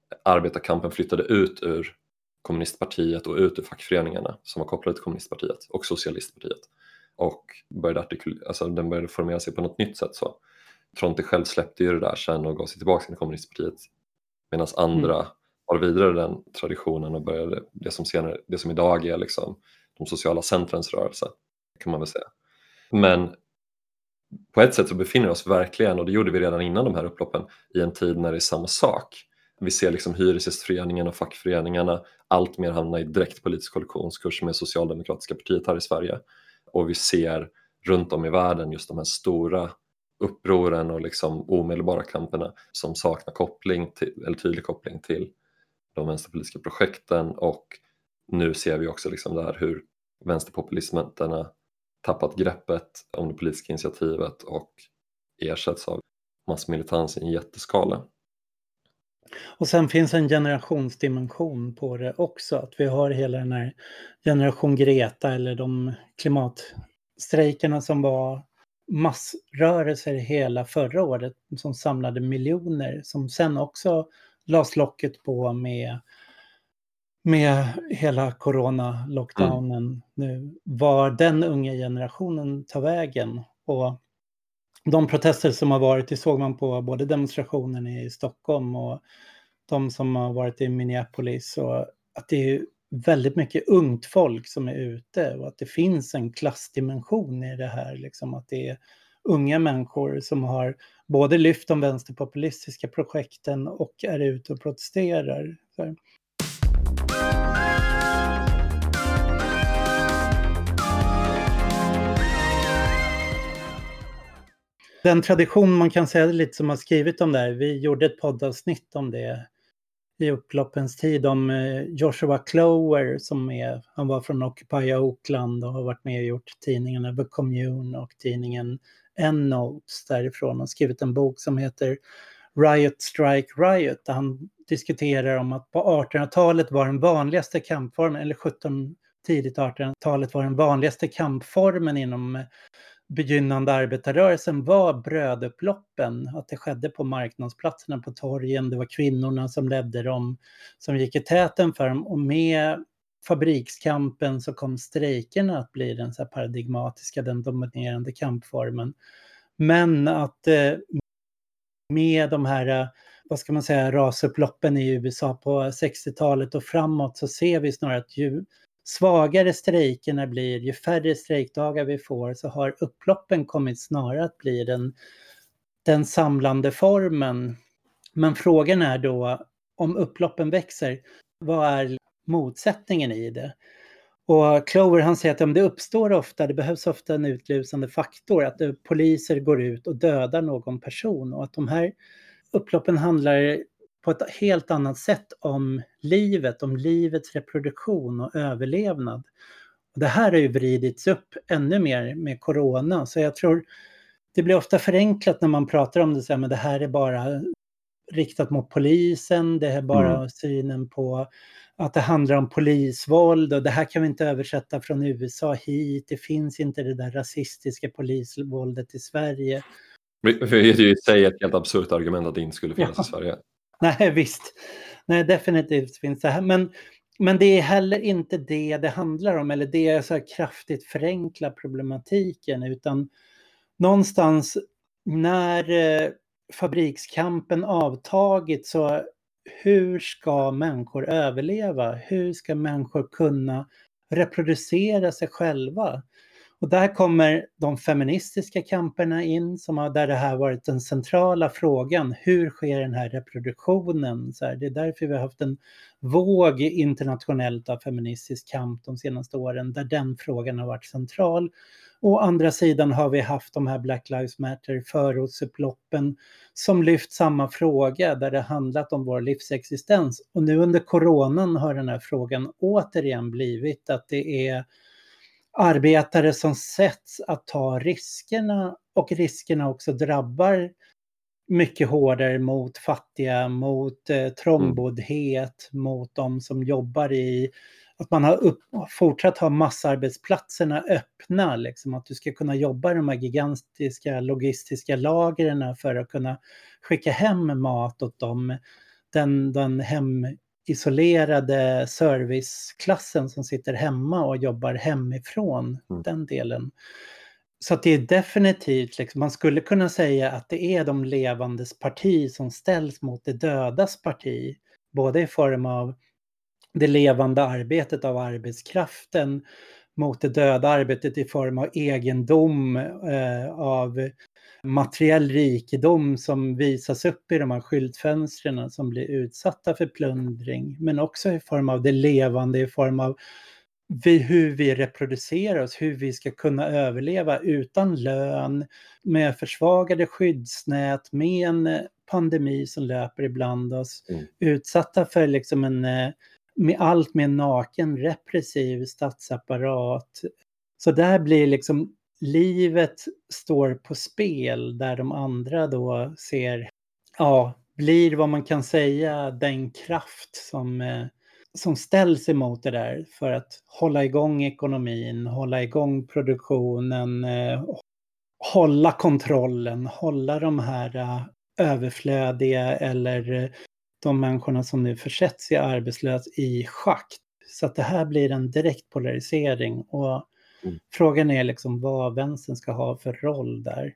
arbetarkampen flyttade ut ur kommunistpartiet och ut ur fackföreningarna som var kopplade till kommunistpartiet och socialistpartiet. Och började artikul- alltså den började formera sig på något nytt sätt. Så Tronte själv släppte ju det där sen och gav sig tillbaka till kommunistpartiet. Medan andra mm. har vidare den traditionen och började det som, senare, det som idag är liksom de sociala centrens rörelse, kan man väl säga. Men på ett sätt så befinner vi oss verkligen, och det gjorde vi redan innan de här upploppen, i en tid när det är samma sak. Vi ser liksom hyresgästföreningen och fackföreningarna allt mer hamna i direkt politisk koalitionskurs med Socialdemokratiska partiet här i Sverige. Och vi ser runt om i världen just de här stora upproren och liksom omedelbara kamperna som saknar koppling till, eller tydlig koppling till de vänsterpolitiska projekten. Och nu ser vi också liksom där hur vänsterpopulismenterna tappat greppet om det politiska initiativet och ersätts av massmilitans i en jätteskala. Och sen finns en generationsdimension på det också. Att vi har hela den här generation Greta eller de klimatstrejkerna som var massrörelser hela förra året som samlade miljoner. Som sen också lades locket på med, med hela corona-lockdownen mm. nu. Var den unga generationen tar vägen. Och de protester som har varit, det såg man på både demonstrationen i Stockholm och de som har varit i Minneapolis. Och att det är väldigt mycket ungt folk som är ute och att det finns en klassdimension i det här. Liksom att det är unga människor som har både lyft de vänsterpopulistiska projekten och är ute och protesterar. Så. Den tradition man kan säga lite som har skrivit om det här, vi gjorde ett poddavsnitt om det i upploppens tid om Joshua Clover som är, han var från Occupy Oakland och har varit med och gjort tidningen The Commune och tidningen N-Notes därifrån och skrivit en bok som heter Riot Strike Riot där han diskuterar om att på artonhundratalet var den vanligaste kampformen, eller sjutton tidigt artonhundratalet var den vanligaste kampformen inom begynnande arbetarrörelsen var brödupploppen, att det skedde på marknadsplatserna, på torgen, det var kvinnorna som ledde dem, som gick i täten för dem, och med fabrikskampen så kom strejkerna att bli den så här paradigmatiska, den dominerande kampformen. Men att eh, med de här, vad ska man säga, rasupploppen i U S A på sextiotalet och framåt så ser vi snarare att ju svagare strejkerna blir, ju färre strejkdagar vi får, så har upploppen kommit snarare att bli den, den samlande formen. Men frågan är då, om upploppen växer, vad är motsättningen i det? Och Clover han säger att om det uppstår ofta, det behövs ofta en utlösande faktor, att poliser går ut och dödar någon person, och att de här upploppen handlar på ett helt annat sätt om livet, om livets reproduktion och överlevnad. Och det här har ju vridits upp ännu mer med corona, så jag tror det blir ofta förenklat när man pratar om det, så här, men det här är bara riktat mot polisen, det är bara mm. synen på att det handlar om polisvåld och det här kan vi inte översätta från U S A hit, det finns inte det där rasistiska polisvåldet i Sverige. Det är ju i sig ett helt absurt argument att det inte skulle finnas ja. i Sverige. Nej, visst. Nej, definitivt finns det här. Men, men det är heller inte det det handlar om. Eller det är så här kraftigt förenkla problematiken. Utan någonstans när eh, fabrikskampen avtagit, så hur ska människor överleva? Hur ska människor kunna reproducera sig själva? Och där kommer de feministiska kamperna in, som har, där det här varit den centrala frågan. Hur sker den här reproduktionen? Så här, det är därför vi har haft en våg internationellt av feministisk kamp de senaste åren, där den frågan har varit central. Å andra sidan har vi haft de här Black Lives Matter förortsupploppen som lyft samma fråga, där det handlat om vår livsexistens. Och nu under coronan har den här frågan återigen blivit att det är arbetare som sätts att ta riskerna, och riskerna också drabbar mycket hårdare mot fattiga, mot eh, trångboddhet, mm. mot de som jobbar i, att man har upp, fortsatt ha massarbetsplatserna öppna, liksom, att du ska kunna jobba i de här gigantiska logistiska lagren för att kunna skicka hem mat åt dem. den, den hemisolerade serviceklassen som sitter hemma och jobbar hemifrån, Mm. den delen. Så att det är definitivt, liksom, man skulle kunna säga att det är de levandes parti som ställs mot det dödas parti. Både i form av det levande arbetet av arbetskraften mot det döda arbetet i form av egendom, eh, av materiell rikedom som visas upp i de här skyltfönstren som blir utsatta för plundring. Men också i form av det levande, i form av vi, hur vi reproducerar oss, hur vi ska kunna överleva utan lön, med försvagade skyddsnät, med en pandemi som löper ibland oss, Mm. utsatta för liksom en, med allt med naken repressiv statsapparat. Så där blir liksom livet står på spel där de andra då ser, ja, blir vad man kan säga den kraft som eh, som ställs emot det där för att hålla igång ekonomin, hålla igång produktionen, eh, hålla kontrollen, hålla de här eh, överflödiga eller eh, de människorna som nu försätts i arbetslös i schakt. Så att det här blir en direkt polarisering och Mm. frågan är liksom vad vänstern ska ha för roll där.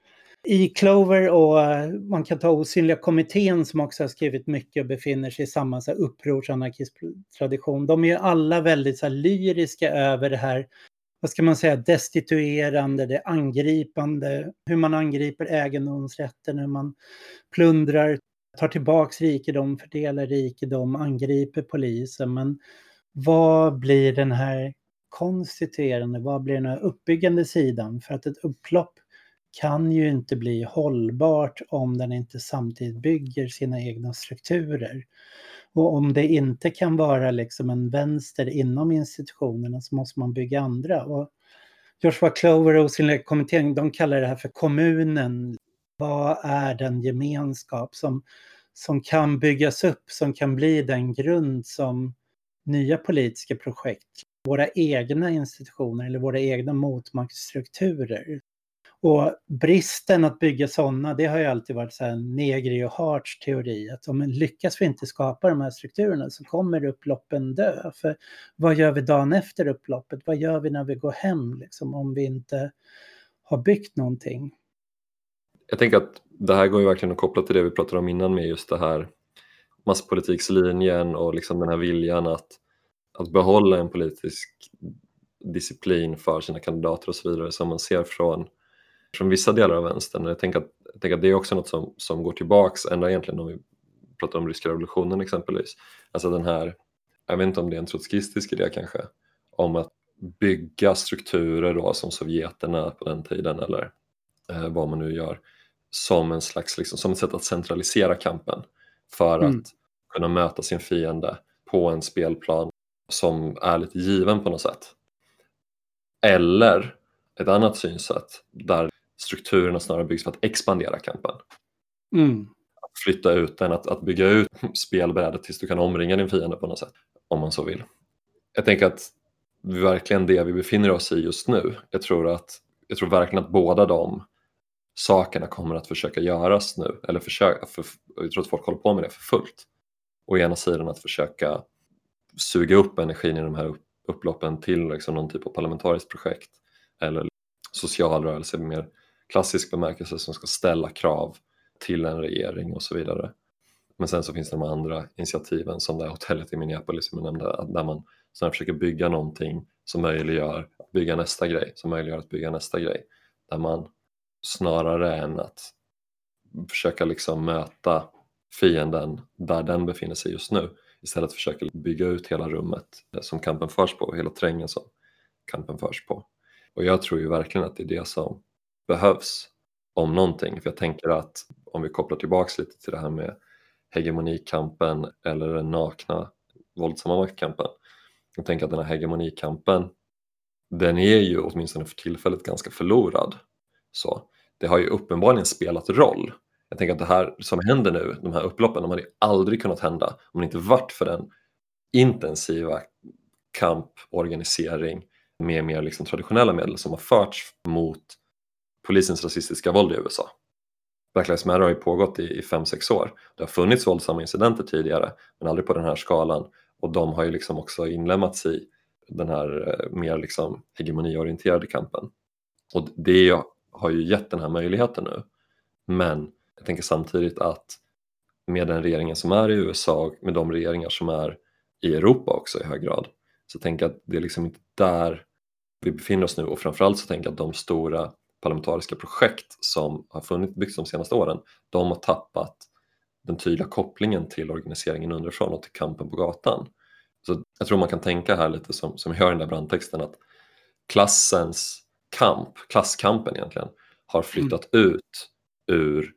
I Clover och man kan ta Osynliga kommittén som också har skrivit mycket och befinner sig i samma så här upprorsanarkist-tradition. De är ju alla väldigt så här lyriska över det här, vad ska man säga, destituerande, det angripande, hur man angriper egendomsrätten, hur man plundrar, tar tillbaks rikedom, fördelar rikedom, angriper polisen. Men vad blir den här konstituerande, vad blir den här uppbyggande sidan? För att ett upplopp kan ju inte bli hållbart om den inte samtidigt bygger sina egna strukturer. Och om det inte kan vara liksom en vänster inom institutionerna så måste man bygga andra. Och Joshua Clover och Osynliga kommittén, de kallar det här för kommunen. Vad är den gemenskap som, som kan byggas upp, som kan bli den grund som nya politiska projekt, våra egna institutioner eller våra egna motmaktsstrukturer. Och bristen att bygga sådana, det har ju alltid varit så här Negri och Harts teori, att om lyckas vi inte skapa de här strukturerna så kommer upploppen dö. För vad gör vi dagen efter upploppet? Vad gör vi när vi går hem liksom, om vi inte har byggt någonting? Jag tänker att det här går ju verkligen att koppla till det vi pratade om innan med just det här masspolitikslinjen och liksom den här viljan att, att behålla en politisk disciplin för sina kandidater och så vidare som man ser från från vissa delar av vänstern. Jag tänker att, jag tänker att det är också något som, som går tillbaks ända egentligen om vi pratar om ryska revolutionen exempelvis. Alltså den här, jag vet inte om det är en trotskistisk idé kanske, om att bygga strukturer då som sovjeterna på den tiden eller eh, vad man nu gör som en slags, liksom, som ett sätt att centralisera kampen för Mm. att kunna möta sin fiende på en spelplan som är lite given på något sätt. Eller ett annat synsätt där strukturerna snarare byggs för att expandera kampen. Mm. Att flytta ut den, att, att bygga ut spelbrädet tills du kan omringa din fiende på något sätt, om man så vill. Jag tänker att det är verkligen det vi befinner oss i just nu. Jag tror, att, jag tror verkligen att båda de sakerna kommer att försöka göras nu. Eller försöka, för, jag tror att folk håller på med det för fullt. Å ena sidan att försöka suga upp energin i de här upploppen till liksom någon typ av parlamentariskt projekt. Eller social rörelse i mer klassisk bemärkelse som ska ställa krav till en regering och så vidare. Men sen så finns det de andra initiativen som det här hotellet i Minneapolis som jag nämnde, där man så försöker bygga någonting som möjliggör att bygga nästa grej, som möjliggör att bygga nästa grej. Där man snarare än att försöka liksom möta fienden där den befinner sig just nu, istället försöker bygga ut hela rummet som kampen förs på, hela trängen som kampen förs på. Och jag tror ju verkligen att det är det som behövs om någonting. För jag tänker att om vi kopplar tillbaka lite till det här med hegemonikampen eller den nakna våldsamma maktkampen. Jag tänker att den här hegemonikampen, den är ju åtminstone för tillfället ganska förlorad. Så det har ju uppenbarligen spelat roll. Jag tänker att det här som händer nu, de här upploppen, de hade aldrig kunnat hända om det inte varit för den intensiva kamporganisering med mer liksom traditionella medel som har förts mot polisens rasistiska våld i U S A. Black Lives Matter har ju pågått i, i fem sex år. Det har funnits våldsamma incidenter tidigare, men aldrig på den här skalan. Och de har ju liksom också inlämnats i den här eh, mer liksom hegemoniorienterade kampen. Och det har ju gett den här möjligheten nu. Men jag tänker samtidigt att med den regeringen som är i U S A och med de regeringar som är i Europa också i hög grad, så tänker jag att det är liksom inte där vi befinner oss nu. Och framförallt så tänker jag att de stora parlamentariska projekt som har funnits byggts de senaste åren, de har tappat den tydliga kopplingen till organiseringen underifrån och till kampen på gatan. Så jag tror man kan tänka här lite som, som vi hör i den där brandtexten, att klassens kamp, klasskampen egentligen, har flyttat ut ur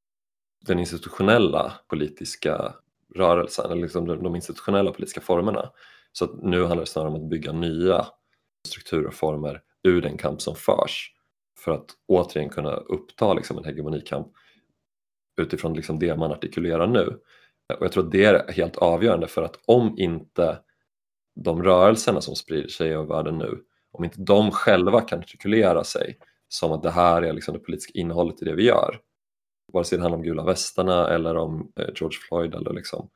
den institutionella politiska rörelsen, eller liksom de, de institutionella politiska formerna. Så att nu handlar det snarare om att bygga nya strukturer och former ur den kamp som förs, för att återigen kunna uppta liksom en hegemonikamp utifrån liksom det man artikulerar nu. Och jag tror att det är helt avgörande, för att om inte de rörelserna som sprider sig över världen nu, om inte de själva kan artikulera sig som att det här är liksom det politiska innehållet i det vi gör, vare sig det handlar om gula västarna eller om George Floyd eller liksom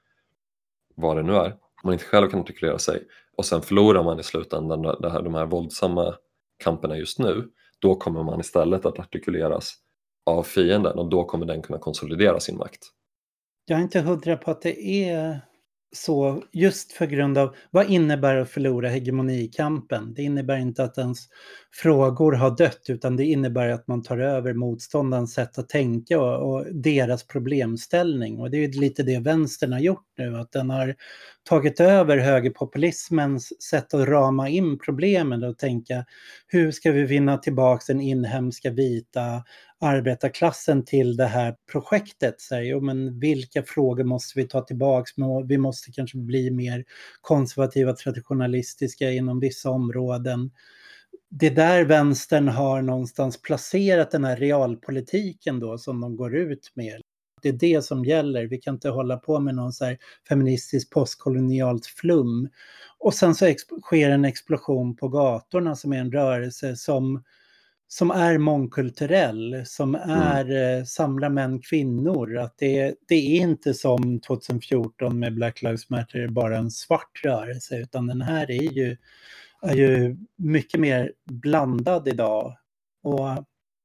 vad det nu är, om man inte själv kan artikulera sig och sen förlorar man i slutändan det här, de här våldsamma kamperna just nu, då kommer man istället att artikuleras av fienden och då kommer den kunna konsolidera sin makt. Jag är inte hundra på att det är så, just för grund av vad innebär att förlora hegemonikampen. Det innebär inte att ens frågor har dött, utan det innebär att man tar över motståndarens sätt att tänka och, och deras problemställning. Och det är lite det vänstern har gjort nu, att den har tagit över högerpopulismens sätt att rama in problemen och tänka, hur ska vi vinna tillbaka den inhemska vita arbetarklassen till det här projektet? Så här, jo, men vilka frågor måste vi ta tillbaka? Vi måste kanske bli mer konservativa, traditionalistiska inom vissa områden. Det där vänstern har någonstans placerat den här realpolitiken då, som de går ut med. Det är det som gäller. Vi kan inte hålla på med någon så här feministisk postkolonialt flum. Och sen så exp- sker en explosion på gatorna som är en rörelse som som är mångkulturell, som är mm. eh, samlar män kvinnor. Att det, det är inte som tjugohundrafjorton med Black Lives Matter bara en svart rörelse, utan den här är ju, är ju mycket mer blandad idag. Och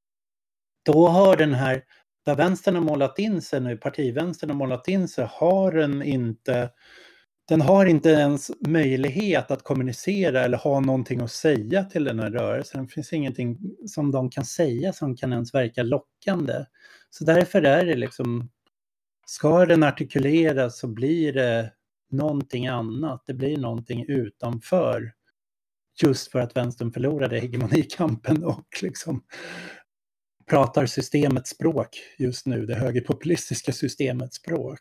då har den här, där vänstern har målat in sig nu, partivänstern har målat in sig, har den inte... Den har inte ens möjlighet att kommunicera eller ha någonting att säga till den här rörelsen. Det finns ingenting som de kan säga som kan ens verka lockande. Så därför är det liksom, ska den artikuleras så blir det någonting annat. Det blir någonting utanför. Just för att vänstern förlorade hegemonikampen och liksom pratar systemets språk just nu. Det högerpopulistiska systemets språk.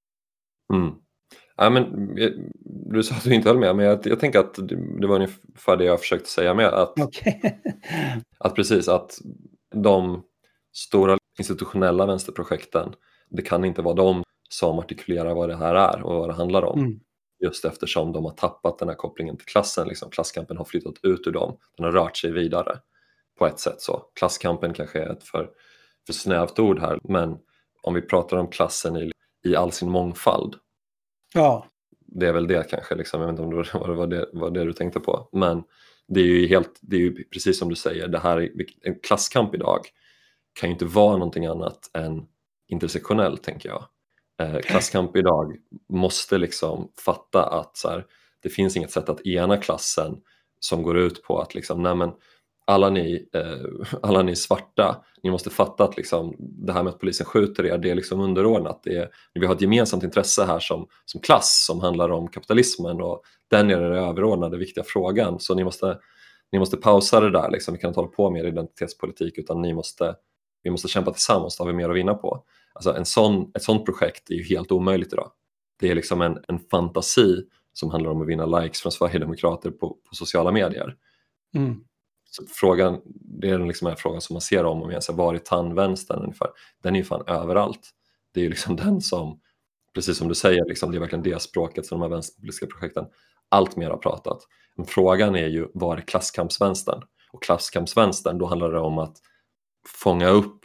Mm. Ja, men, du sa att du inte höll med, men jag, jag tänker att det var ungefär det jag försökte säga med. Att, okay. att precis att de stora institutionella vänsterprojekten, det kan inte vara de som artikulerar vad det här är och vad det handlar om. Mm. Just eftersom de har tappat den här kopplingen till klassen. Liksom, klasskampen har flyttat ut ur dem. Den har rört sig vidare på ett sätt. Så klasskampen kanske är ett för, för snävt ord här, men om vi pratar om klassen i, i all sin mångfald. Ja. Det är väl det kanske, liksom. Jag vet inte om det var, var, det, var det du tänkte på. Men det är ju, helt, det är ju precis som du säger, det här, en klasskamp idag kan ju inte vara någonting annat än intersektionell, tänker jag. Eh, klasskamp idag måste liksom fatta att så här, det finns inget sätt att ena klassen som går ut på att liksom, nej men, alla ni, eh, alla ni svarta, ni måste fatta att liksom, det här med att polisen skjuter er, det är liksom underordnat. Det är, vi har ett gemensamt intresse här som, som klass som handlar om kapitalismen, och den är den överordnade viktiga frågan. Så ni måste, ni måste pausa det där. Liksom. Vi kan inte hålla på med identitetspolitik, utan ni måste, vi måste kämpa tillsammans, då har vi mer att vinna på. Alltså en sån, ett sånt projekt är ju helt omöjligt idag. Det är liksom en, en fantasi som handlar om att vinna likes från Sverigedemokrater på, på sociala medier. Mm. Så frågan, det är liksom en fråga som man ser om och igen, så var är tandvänstern ungefär? Den är ju fan överallt. Det är ju liksom den som, precis som du säger, liksom, det är verkligen det språket som de här vänsterpolitiska projekten allt mer har pratat. Men frågan är ju, var är klasskampsvänstern? Och klasskampsvänstern, då handlar det om att fånga upp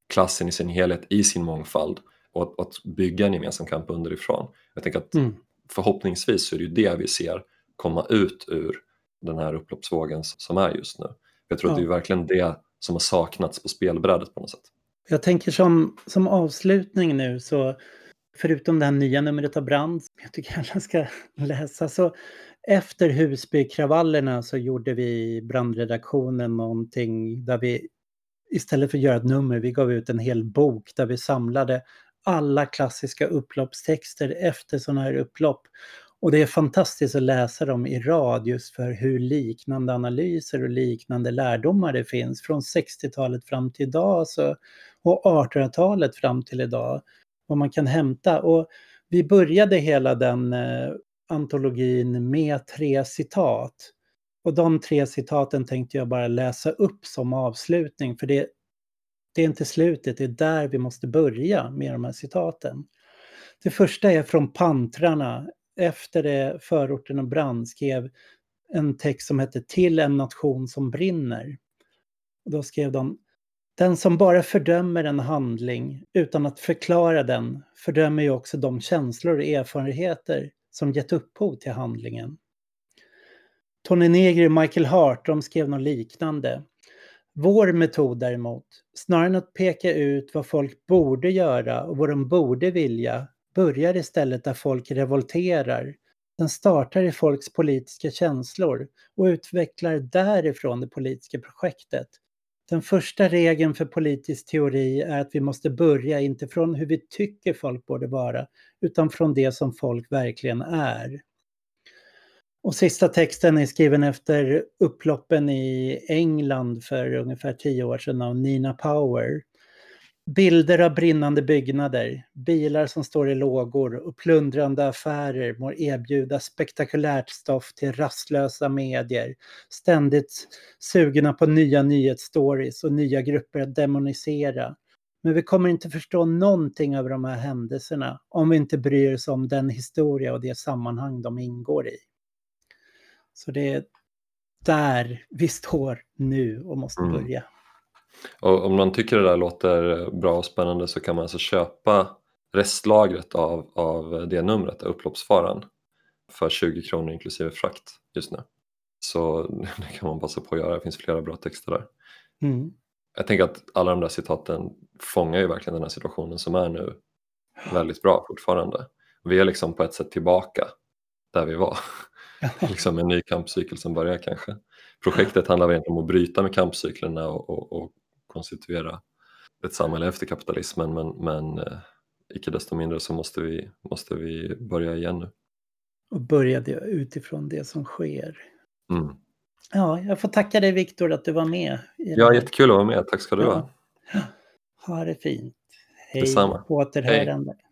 klassen i sin helhet, i sin mångfald, och att, att bygga en gemensam kamp underifrån. Jag tänker att mm. förhoppningsvis så är det ju det vi ser komma ut ur den här upploppsvågen som är just nu. Jag tror ja. att det är verkligen det som har saknats på spelbrädet på något sätt. Jag tänker som, som avslutning nu, så förutom det här nya numret av Brand, jag tycker alla ska läsa, så efter Husbykravallerna så gjorde vi Brandredaktionen någonting där vi istället för att göra ett nummer, vi gav ut en hel bok där vi samlade alla klassiska upploppstexter efter sådana här upplopp. Och det är fantastiskt att läsa dem i rad just för hur liknande analyser och liknande lärdomar det finns från sextiotalet fram till idag så, och artonhundratalet fram till idag. Vad man kan hämta. Och vi började hela den eh, antologin med tre citat. Och de tre citaten tänkte jag bara läsa upp som avslutning. För det, det är inte slutet, det är där vi måste börja med de här citaten. Det första är från Pantrarna. Efter det Förorten och Brand skrev en text som heter Till en nation som brinner. Och då skrev de: den som bara fördömer en handling utan att förklara den fördömer ju också de känslor och erfarenheter som gett upphov till handlingen. Tony Negri och Michael Hart, de skrev något liknande. Vår metod däremot, snarare än att peka ut vad folk borde göra och vad de borde vilja, börjar istället där folk revolterar. Den startar i folks politiska känslor och utvecklar därifrån det politiska projektet. Den första regeln för politisk teori är att vi måste börja inte från hur vi tycker folk borde vara, utan från det som folk verkligen är. Och sista texten är skriven efter upploppen i England för ungefär tio år sedan av Nina Power. Bilder av brinnande byggnader, bilar som står i lågor och plundrande affärer må erbjuda spektakulärt stoff till rastlösa medier, ständigt sugna på nya nyhetsstories och nya grupper att demonisera. Men vi kommer inte förstå någonting av de här händelserna om vi inte bryr oss om den historia och det sammanhang de ingår i. Så det är där vi står nu och måste Mm. börja. Och om man tycker det där låter bra och spännande så kan man alltså köpa restlagret av, av det numret, av Upploppsfaran, för tjugo kronor inklusive frakt just nu. Så det kan man passa på att göra, det finns flera bra texter där. Mm. Jag tänker att alla de där citaten fångar ju verkligen den här situationen som är nu väldigt bra fortfarande. Vi är liksom på ett sätt tillbaka där vi var. Liksom en ny kampcykel som börjar kanske. Projektet handlar egentligen om att bryta med kampcyklerna och, och, och konstituera ett samhälle efter kapitalismen, men, men eh, icke desto mindre så måste vi, måste vi börja igen nu. Och börja det utifrån det som sker. Mm. Ja, jag får tacka dig Viktor att du var med. Ja, jättekul att vara med. Tack ska du ha. Ja. Ha det fint. Hej. Detsamma. Återhörande. Hej.